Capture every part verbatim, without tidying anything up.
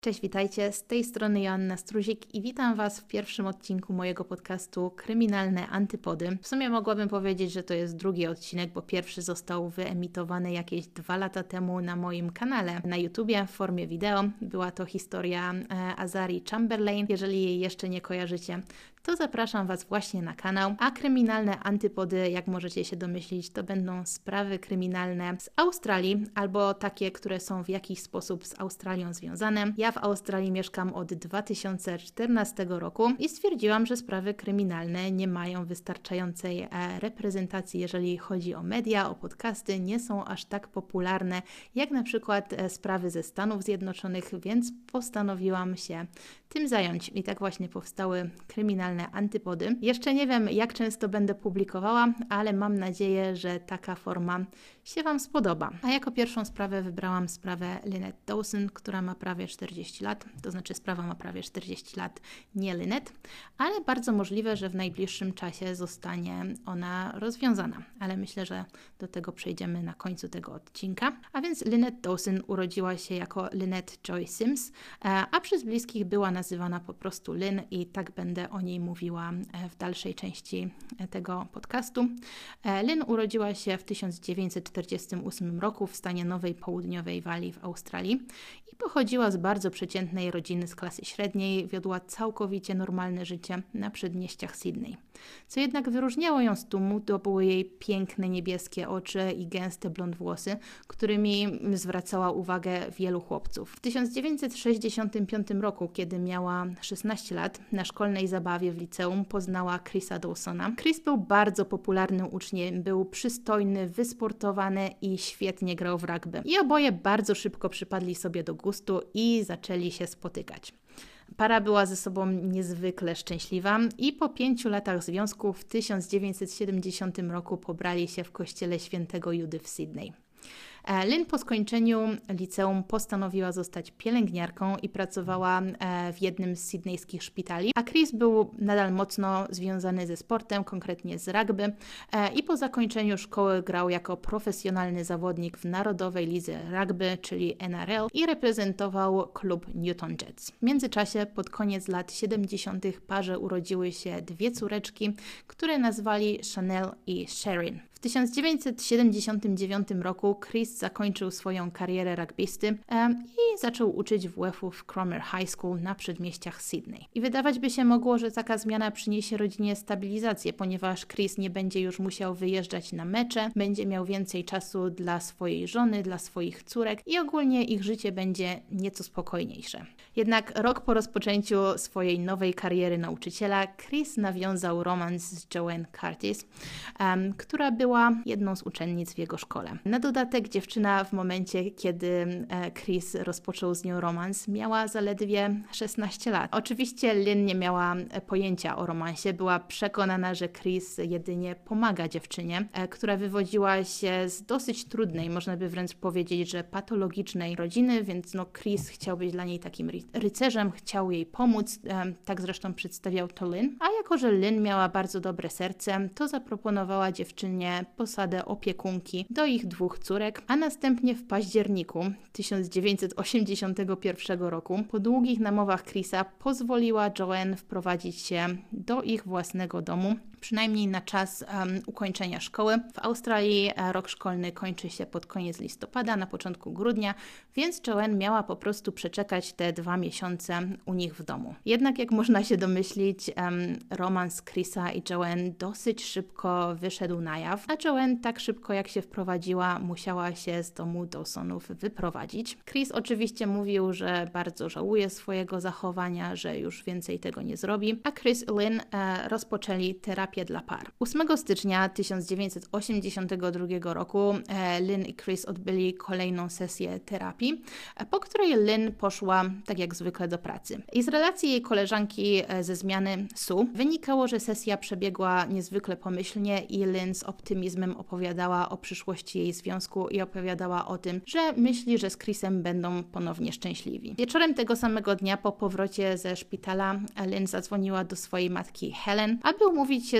Cześć, witajcie, z tej strony Joanna Struzik i witam Was w pierwszym odcinku mojego podcastu Kryminalne Antypody. W sumie mogłabym powiedzieć, że to jest drugi odcinek, bo pierwszy został wyemitowany jakieś dwa lata temu na moim kanale na YouTubie w formie wideo. Była to historia e, Azarii Chamberlain. Jeżeli jej jeszcze nie kojarzycie, to zapraszam Was właśnie na kanał. A kryminalne antypody, jak możecie się domyślić, to będą sprawy kryminalne z Australii albo takie, które są w jakiś sposób z Australią związane. Ja w Australii mieszkam od dwa tysiące czternastego roku i stwierdziłam, że sprawy kryminalne nie mają wystarczającej e, reprezentacji, jeżeli chodzi o media, o podcasty, nie są aż tak popularne jak na przykład e, sprawy ze Stanów Zjednoczonych, więc postanowiłam się tym zająć i tak właśnie powstały kryminalne antypody. Jeszcze nie wiem, jak często będę publikowała, ale mam nadzieję, że taka forma się Wam spodoba. A jako pierwszą sprawę wybrałam sprawę Lynette Dawson, która ma prawie czterdzieści lat, to znaczy sprawa ma prawie czterdzieści lat, nie Lynette, ale bardzo możliwe, że w najbliższym czasie zostanie ona rozwiązana, ale myślę, że do tego przejdziemy na końcu tego odcinka. A więc Lynette Dawson urodziła się jako Lynette Joy Sims, a przez bliskich była nazywana po prostu Lynn i tak będę o niej mówiła w dalszej części tego podcastu. Lynn urodziła się w tysiąc dziewięćset czterdziestym ósmym roku w stanie Nowej Południowej Walii w Australii i pochodziła z bardzo przeciętnej rodziny z klasy średniej, wiodła całkowicie normalne życie na przedmieściach Sydney. Co jednak wyróżniało ją z tłumu, to były jej piękne niebieskie oczy i gęste blond włosy, którymi zwracała uwagę wielu chłopców. W tysiąc dziewięćset sześćdziesiątym piątym roku, kiedy miała szesnaście lat, na szkolnej zabawie w liceum poznała Chrisa Dawsona. Chris był bardzo popularnym uczniem, był przystojny, wysportowany i świetnie grał w rugby. I oboje bardzo szybko przypadli sobie do gustu i zaczęli się spotykać. Para była ze sobą niezwykle szczęśliwa i po pięciu latach związku w tysiąc dziewięćset siedemdziesiątym roku pobrali się w kościele Świętego Judy w Sydney. Lynn po skończeniu liceum postanowiła zostać pielęgniarką i pracowała w jednym z sydnejskich szpitali, a Chris był nadal mocno związany ze sportem, konkretnie z rugby i po zakończeniu szkoły grał jako profesjonalny zawodnik w Narodowej Lidze Rugby, czyli N R L i reprezentował klub Newton Jets. W międzyczasie pod koniec lat siedemdziesiątych parze urodziły się dwie córeczki, które nazwali Chanel i Sherin. W tysiąc dziewięćset siedemdziesiątym dziewiątym roku Chris zakończył swoją karierę rugbysty um, i zaczął uczyć W F-u w Cromer High School na przedmieściach Sydney. I wydawać by się mogło, że taka zmiana przyniesie rodzinie stabilizację, ponieważ Chris nie będzie już musiał wyjeżdżać na mecze, będzie miał więcej czasu dla swojej żony, dla swoich córek i ogólnie ich życie będzie nieco spokojniejsze. Jednak rok po rozpoczęciu swojej nowej kariery nauczyciela Chris nawiązał romans z Joanne Curtis, um, która była jedną z uczennic w jego szkole. Na dodatek dziewczyna w momencie, kiedy Chris rozpoczął z nią romans, miała zaledwie szesnaście lat. Oczywiście Lynn nie miała pojęcia o romansie, była przekonana, że Chris jedynie pomaga dziewczynie, która wywodziła się z dosyć trudnej, można by wręcz powiedzieć, że patologicznej rodziny, więc no Chris chciał być dla niej takim rycerzem, chciał jej pomóc, tak zresztą przedstawiał to Lynn. A jako, że Lynn miała bardzo dobre serce, to zaproponowała dziewczynie posadę opiekunki do ich dwóch córek, a następnie w październiku tysiąc dziewięćset osiemdziesiątego pierwszego roku po długich namowach Chrisa pozwoliła Joanne wprowadzić się do ich własnego domu, przynajmniej na czas um, ukończenia szkoły. W Australii rok szkolny kończy się pod koniec listopada, na początku grudnia, więc Joanne miała po prostu przeczekać te dwa miesiące u nich w domu. Jednak jak można się domyślić, um, romans Chrisa i Joanne dosyć szybko wyszedł na jaw, a Joanne tak szybko jak się wprowadziła, musiała się z domu Dawsonów wyprowadzić. Chris oczywiście mówił, że bardzo żałuje swojego zachowania, że już więcej tego nie zrobi, a Chris i Lynn e, rozpoczęli terapię dla par. ósmego stycznia tysiąc dziewięćset osiemdziesiątego drugiego roku e, Lynn i Chris odbyli kolejną sesję terapii, e, po której Lynn poszła tak jak zwykle do pracy. I z relacji jej koleżanki e, ze zmiany Sue wynikało, że sesja przebiegła niezwykle pomyślnie i Lynn z optymizmem opowiadała o przyszłości jej związku i opowiadała o tym, że myśli, że z Chrisem będą ponownie szczęśliwi. Wieczorem tego samego dnia po powrocie ze szpitala Lynn zadzwoniła do swojej matki Helen, aby umówić się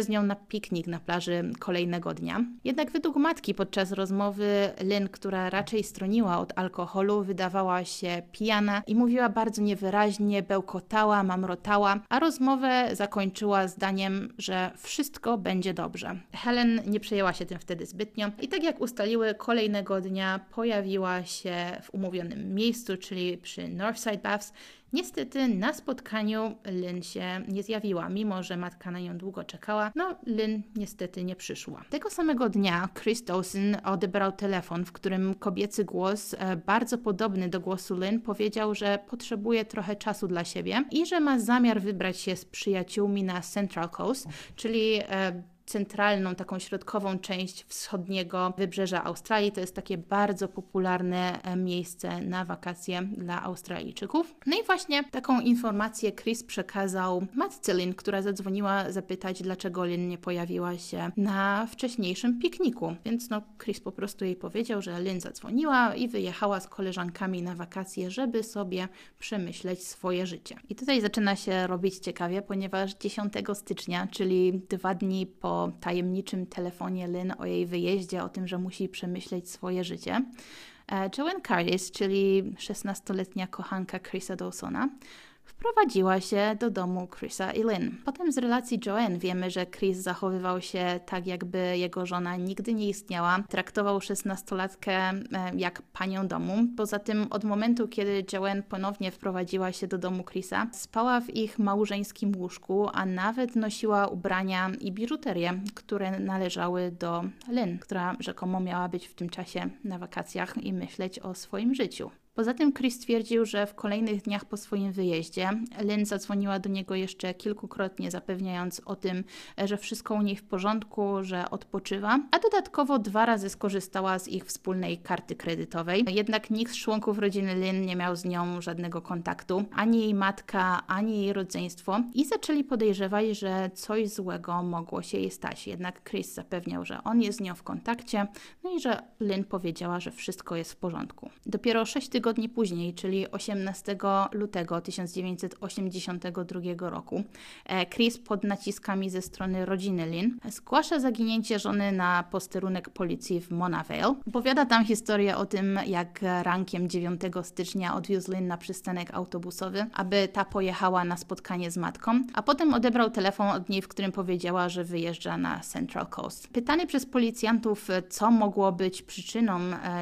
się z nią na piknik na plaży kolejnego dnia. Jednak według matki podczas rozmowy Lynn, która raczej stroniła od alkoholu, wydawała się pijana i mówiła bardzo niewyraźnie, bełkotała, mamrotała, a rozmowę zakończyła zdaniem, że wszystko będzie dobrze. Helen nie przejęła się tym wtedy zbytnio i tak jak ustaliły, kolejnego dnia pojawiła się w umówionym miejscu, czyli przy Northside Baths. Niestety na spotkaniu Lynn się nie zjawiła, mimo że matka na nią długo czekała. No, Lynn niestety nie przyszła. Tego samego dnia Chris Dawson odebrał telefon, w którym kobiecy głos, bardzo podobny do głosu Lynn, powiedział, że potrzebuje trochę czasu dla siebie i że ma zamiar wybrać się z przyjaciółmi na Central Coast, czyli e, centralną, taką środkową część wschodniego wybrzeża Australii. To jest takie bardzo popularne miejsce na wakacje dla Australijczyków. No i właśnie taką informację Chris przekazał matce Lynn, która zadzwoniła zapytać, dlaczego Lynn nie pojawiła się na wcześniejszym pikniku. Więc no, Chris po prostu jej powiedział, że Lynn zadzwoniła i wyjechała z koleżankami na wakacje, żeby sobie przemyśleć swoje życie. I tutaj zaczyna się robić ciekawie, ponieważ dziesiątego stycznia, czyli dwa dni po tajemniczym telefonie Lynn o jej wyjeździe, o tym, że musi przemyśleć swoje życie, Joanne Curtis, czyli szesnastoletnia kochanka Chrisa Dawsona, wprowadziła się do domu Chrisa i Lynn. Potem z relacji Joanne wiemy, że Chris zachowywał się tak, jakby jego żona nigdy nie istniała. Traktował szesnastolatkę jak panią domu. Poza tym od momentu, kiedy Joanne ponownie wprowadziła się do domu Chrisa, spała w ich małżeńskim łóżku, a nawet nosiła ubrania i biżuterię, które należały do Lynn, która rzekomo miała być w tym czasie na wakacjach i myśleć o swoim życiu. Poza tym Chris twierdził, że w kolejnych dniach po swoim wyjeździe Lynn zadzwoniła do niego jeszcze kilkukrotnie, zapewniając o tym, że wszystko u niej w porządku, że odpoczywa, a dodatkowo dwa razy skorzystała z ich wspólnej karty kredytowej. Jednak nikt z członków rodziny Lynn nie miał z nią żadnego kontaktu, ani jej matka, ani jej rodzeństwo i zaczęli podejrzewać, że coś złego mogło się jej stać. Jednak Chris zapewniał, że on jest z nią w kontakcie, no i że Lynn powiedziała, że wszystko jest w porządku. Dopiero sześć tygodni później, czyli osiemnastego lutego tysiąc dziewięćset osiemdziesiątego drugiego roku, Chris pod naciskami ze strony rodziny Lynn zgłasza zaginięcie żony na posterunek policji w Mona Vale. Opowiada tam historię o tym, jak rankiem dziewiątego stycznia odwiózł Lynn na przystanek autobusowy, aby ta pojechała na spotkanie z matką, a potem odebrał telefon od niej, w którym powiedziała, że wyjeżdża na Central Coast. Pytany przez policjantów, co mogło być przyczyną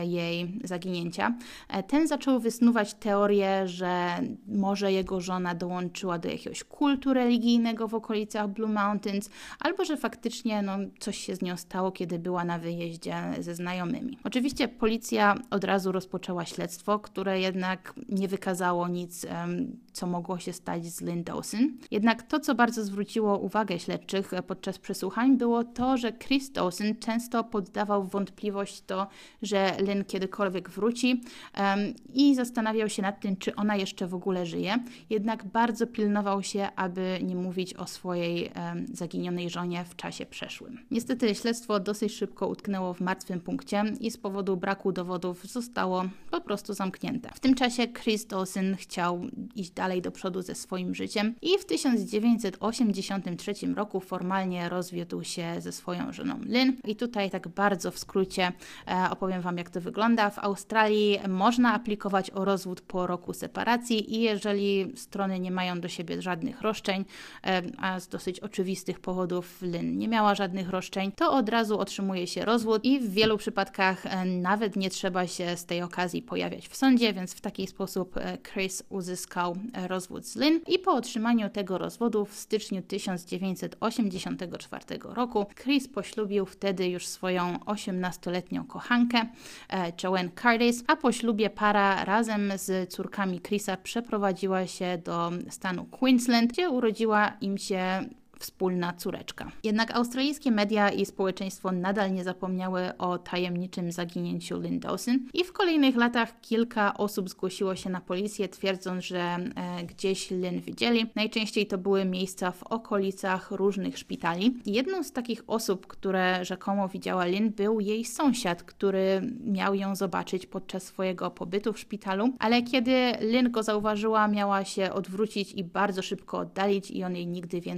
jej zaginięcia, ten zaczął wysnuwać teorię, że może jego żona dołączyła do jakiegoś kultu religijnego w okolicach Blue Mountains, albo że faktycznie no, coś się z nią stało, kiedy była na wyjeździe ze znajomymi. Oczywiście policja od razu rozpoczęła śledztwo, które jednak nie wykazało nic, um, co mogło się stać z Lynn Dawson. Jednak to, co bardzo zwróciło uwagę śledczych podczas przesłuchań, było to, że Chris Dawson często poddawał w wątpliwość to, że Lynn kiedykolwiek wróci, um, i zastanawiał się nad tym, czy ona jeszcze w ogóle żyje. Jednak bardzo pilnował się, aby nie mówić o swojej e, zaginionej żonie w czasie przeszłym. Niestety śledztwo dosyć szybko utknęło w martwym punkcie i z powodu braku dowodów zostało po prostu zamknięte. W tym czasie Chris Dawson chciał iść dalej do przodu ze swoim życiem i w tysiąc dziewięćset osiemdziesiątym trzecim roku formalnie rozwiódł się ze swoją żoną Lynn. I tutaj tak bardzo w skrócie e, opowiem Wam, jak to wygląda. W Australii można aplikować o rozwód po roku separacji i jeżeli strony nie mają do siebie żadnych roszczeń, a z dosyć oczywistych powodów Lynn nie miała żadnych roszczeń, to od razu otrzymuje się rozwód i w wielu przypadkach nawet nie trzeba się z tej okazji pojawiać w sądzie, więc w taki sposób Chris uzyskał rozwód z Lynn i po otrzymaniu tego rozwodu w styczniu tysiąc dziewięćset osiemdziesiątego czwartego roku Chris poślubił wtedy już swoją osiemnastoletnią kochankę Joanne Curtis, a po ślubie para razem z córkami Chrisa przeprowadziła się do stanu Queensland, gdzie urodziła im się wspólna córeczka. Jednak australijskie media i społeczeństwo nadal nie zapomniały o tajemniczym zaginięciu Lynn Dawson i w kolejnych latach kilka osób zgłosiło się na policję, twierdząc, że e, gdzieś Lynn widzieli. Najczęściej to były miejsca w okolicach różnych szpitali. Jedną z takich osób, które rzekomo widziała Lynn, był jej sąsiad, który miał ją zobaczyć podczas swojego pobytu w szpitalu, ale kiedy Lynn go zauważyła, miała się odwrócić i bardzo szybko oddalić i on jej nigdy więcej po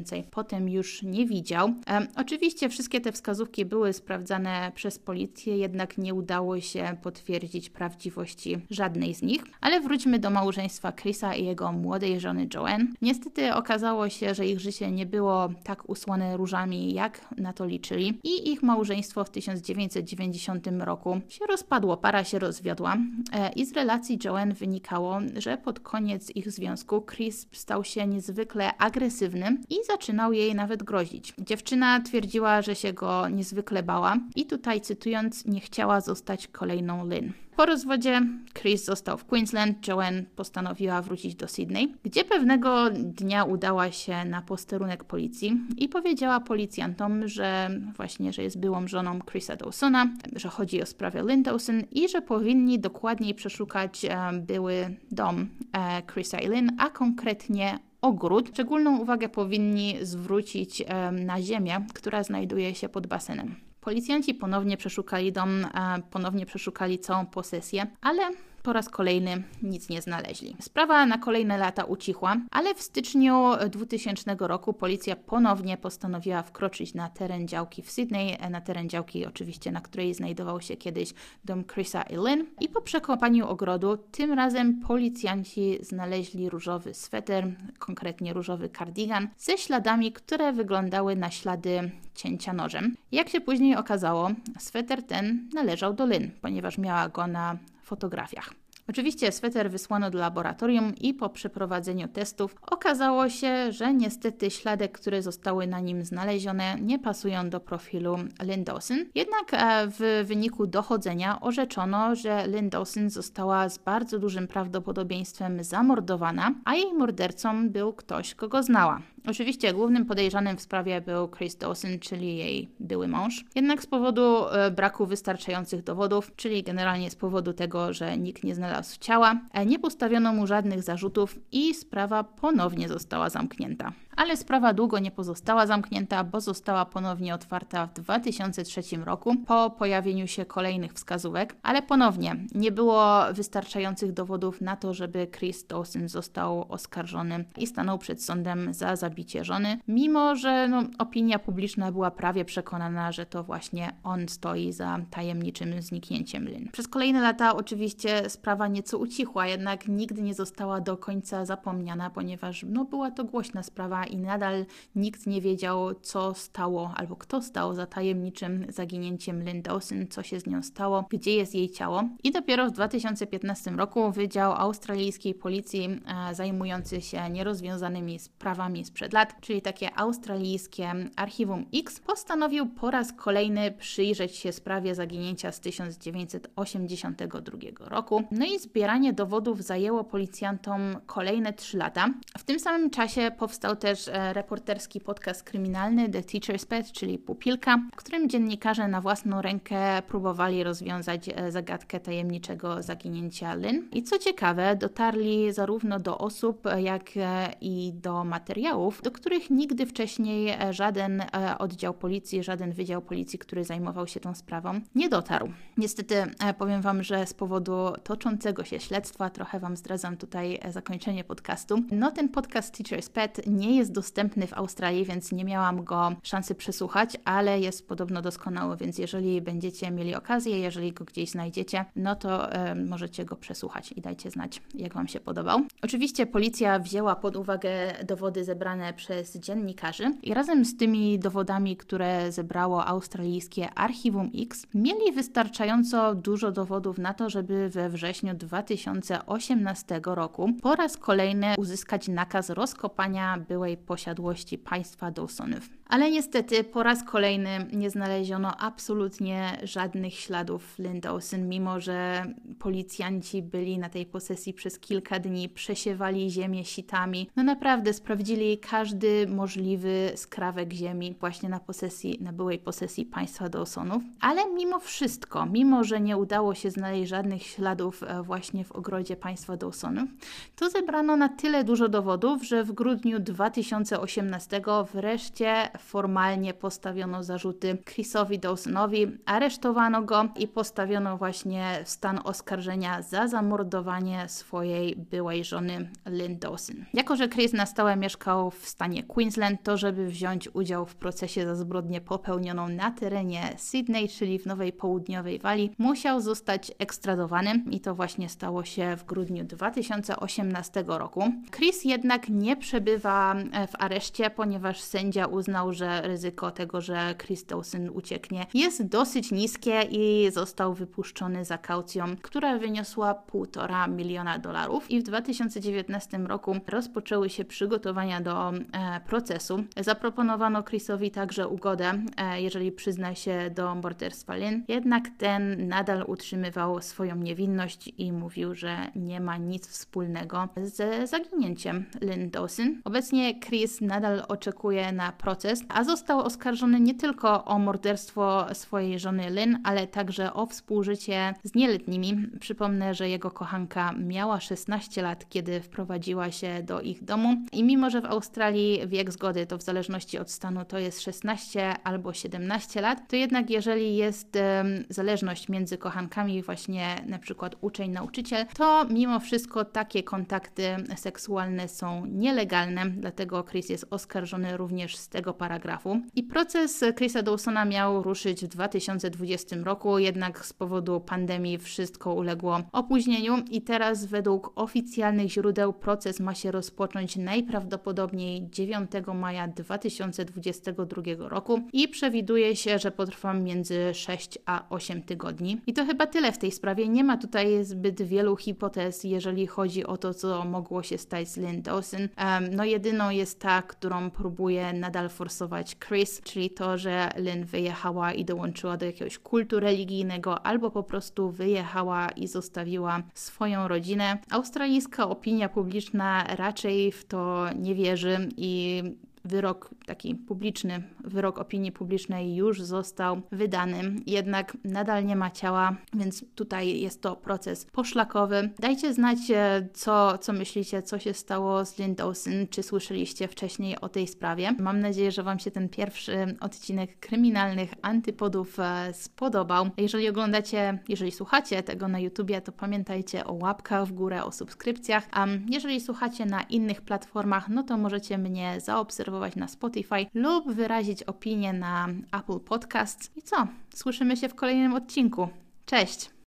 potem już nie widział. E, oczywiście wszystkie te wskazówki były sprawdzane przez policję, jednak nie udało się potwierdzić prawdziwości żadnej z nich. Ale wróćmy do małżeństwa Chrisa i jego młodej żony Joanne. Niestety okazało się, że ich życie nie było tak usłane różami, jak na to liczyli i ich małżeństwo w tysiąc dziewięćset dziewięćdziesiątym roku się rozpadło, para się rozwiodła e, i z relacji Joanne wynikało, że pod koniec ich związku Chris stał się niezwykle agresywny i zaczynał jej nawet grozić. Dziewczyna twierdziła, że się go niezwykle bała i tutaj cytując, nie chciała zostać kolejną Lynn. Po rozwodzie Chris został w Queensland, Joanne postanowiła wrócić do Sydney, gdzie pewnego dnia udała się na posterunek policji i powiedziała policjantom, że właśnie, że jest byłą żoną Chrisa Dawsona, że chodzi o sprawę Lynn Dawson i że powinni dokładniej przeszukać e, były dom e, Chrisa i Lynn, a konkretnie ogród. Szczególną uwagę powinni zwrócić e, na ziemię, która znajduje się pod basenem. Policjanci ponownie przeszukali dom, ponownie przeszukali całą posesję, ale po raz kolejny nic nie znaleźli. Sprawa na kolejne lata ucichła, ale w styczniu dwutysięcznego roku policja ponownie postanowiła wkroczyć na teren działki w Sydney, na teren działki oczywiście, na której znajdował się kiedyś dom Chrisa i Lynn. I po przekopaniu ogrodu, tym razem policjanci znaleźli różowy sweter, konkretnie różowy kardigan, ze śladami, które wyglądały na ślady cięcia nożem. Jak się później okazało, sweter ten należał do Lynn, ponieważ miała go na fotografiach. Oczywiście sweter wysłano do laboratorium i po przeprowadzeniu testów okazało się, że niestety ślady, które zostały na nim znalezione, nie pasują do profilu Lynn Dawson. Jednak w wyniku dochodzenia orzeczono, że Lynn Dawson została z bardzo dużym prawdopodobieństwem zamordowana, a jej mordercą był ktoś, kogo znała. Oczywiście głównym podejrzanym w sprawie był Chris Dawson, czyli jej były mąż. Jednak z powodu e, braku wystarczających dowodów, czyli generalnie z powodu tego, że nikt nie znalazł ciała, e, nie postawiono mu żadnych zarzutów i sprawa ponownie została zamknięta. Ale sprawa długo nie pozostała zamknięta, bo została ponownie otwarta w dwa tysiące trzecim roku po pojawieniu się kolejnych wskazówek, ale ponownie nie było wystarczających dowodów na to, żeby Chris Dawson został oskarżony i stanął przed sądem za zabicie żony, mimo że no, opinia publiczna była prawie przekonana, że to właśnie on stoi za tajemniczym zniknięciem Lynn. Przez kolejne lata oczywiście sprawa nieco ucichła, jednak nigdy nie została do końca zapomniana, ponieważ no, była to głośna sprawa i nadal nikt nie wiedział, co stało albo kto stał za tajemniczym zaginięciem Lynn Dawson, co się z nią stało, gdzie jest jej ciało. I dopiero w dwa tysiące piętnastym roku Wydział Australijskiej Policji e, zajmujący się nierozwiązanymi sprawami sprzed lat, czyli takie australijskie Archiwum X, postanowił po raz kolejny przyjrzeć się sprawie zaginięcia z tysiąc dziewięćset osiemdziesiątego drugiego roku. No i zbieranie dowodów zajęło policjantom kolejne trzy lata. W tym samym czasie powstał też reporterski podcast kryminalny The Teacher's Pet, czyli Pupilka, w którym dziennikarze na własną rękę próbowali rozwiązać zagadkę tajemniczego zaginięcia Lynn. I co ciekawe, dotarli zarówno do osób, jak i do materiałów, do których nigdy wcześniej żaden oddział policji, żaden wydział policji, który zajmował się tą sprawą, nie dotarł. Niestety powiem Wam, że z powodu toczącego się śledztwa, trochę Wam zdradzam tutaj zakończenie podcastu, no ten podcast Teacher's Pet nie jest dostępny w Australii, więc nie miałam go szansy przesłuchać, ale jest podobno doskonały, więc jeżeli będziecie mieli okazję, jeżeli go gdzieś znajdziecie, no to e, możecie go przesłuchać i dajcie znać, jak Wam się podobał. Oczywiście policja wzięła pod uwagę dowody zebrane przez dziennikarzy i razem z tymi dowodami, które zebrało australijskie Archiwum X, mieli wystarczająco dużo dowodów na to, żeby we wrześniu dwa tysiące osiemnastego roku po raz kolejny uzyskać nakaz rozkopania byłej posiadłości państwa Dawsonów. Ale niestety po raz kolejny nie znaleziono absolutnie żadnych śladów Lynn Dawson, mimo że policjanci byli na tej posesji przez kilka dni, przesiewali ziemię sitami. No naprawdę sprawdzili każdy możliwy skrawek ziemi właśnie na posesji, na byłej posesji państwa Dawsonów. Ale mimo wszystko, mimo że nie udało się znaleźć żadnych śladów właśnie w ogrodzie państwa Dawsonów, to zebrano na tyle dużo dowodów, że w grudniu dwa tysiące osiemnastego wreszcie formalnie postawiono zarzuty Chrisowi Dawsonowi, aresztowano go i postawiono właśnie w stan oskarżenia za zamordowanie swojej byłej żony Lynn Dawson. Jako że Chris na stałe mieszkał w stanie Queensland, to żeby wziąć udział w procesie za zbrodnię popełnioną na terenie Sydney, czyli w Nowej Południowej Walii, musiał zostać ekstradowany i to właśnie stało się w grudniu dwa tysiące osiemnastego roku. Chris jednak nie przebywa w areszcie, ponieważ sędzia uznał, że ryzyko tego, że Chris Dawson ucieknie, jest dosyć niskie i został wypuszczony za kaucją, która wyniosła półtora miliona dolarów. I w dwa tysiące dziewiętnastym roku rozpoczęły się przygotowania do e, procesu. Zaproponowano Chrisowi także ugodę, e, jeżeli przyzna się do morderstwa Lynn, jednak ten nadal utrzymywał swoją niewinność i mówił, że nie ma nic wspólnego z zaginięciem Lynn Dawson. Obecnie Chris nadal oczekuje na proces, a został oskarżony nie tylko o morderstwo swojej żony Lynn, ale także o współżycie z nieletnimi. Przypomnę, że jego kochanka miała szesnaście lat, kiedy wprowadziła się do ich domu i mimo, że w Australii wiek zgody to w zależności od stanu to jest szesnaście albo siedemnaście lat, to jednak jeżeli jest um, zależność między kochankami, właśnie na przykład uczeń-nauczyciel, to mimo wszystko takie kontakty seksualne są nielegalne, dlatego Chris jest oskarżony również z tego paragrafu. I proces Chrisa Dawsona miał ruszyć w dwa tysiące dwudziestym roku, jednak z powodu pandemii wszystko uległo opóźnieniu i teraz według oficjalnych źródeł proces ma się rozpocząć najprawdopodobniej dziewiątego maja dwa tysiące dwudziestego drugiego roku i przewiduje się, że potrwa między sześć a osiem tygodni. I to chyba tyle w tej sprawie. Nie ma tutaj zbyt wielu hipotez, jeżeli chodzi o to, co mogło się stać z Lynn Dawson. Um, no jedyną jest ta, którą próbuje nadal forsować Chris, czyli to, że Lynn wyjechała i dołączyła do jakiegoś kultu religijnego, albo po prostu wyjechała i zostawiła swoją rodzinę. Australijska opinia publiczna raczej w to nie wierzy i wyrok taki publiczny, wyrok opinii publicznej już został wydany, jednak nadal nie ma ciała, więc tutaj jest to proces poszlakowy. Dajcie znać, co, co myślicie, co się stało z Lynn Dawson, czy słyszeliście wcześniej o tej sprawie. Mam nadzieję, że Wam się ten pierwszy odcinek kryminalnych antypodów spodobał. Jeżeli oglądacie, jeżeli słuchacie tego na YouTubie, to pamiętajcie o łapkach w górę, o subskrypcjach, a jeżeli słuchacie na innych platformach, no to możecie mnie zaobserwować na Spotify lub wyrazić opinię na Apple Podcasts. I co? Słyszymy się w kolejnym odcinku. Cześć!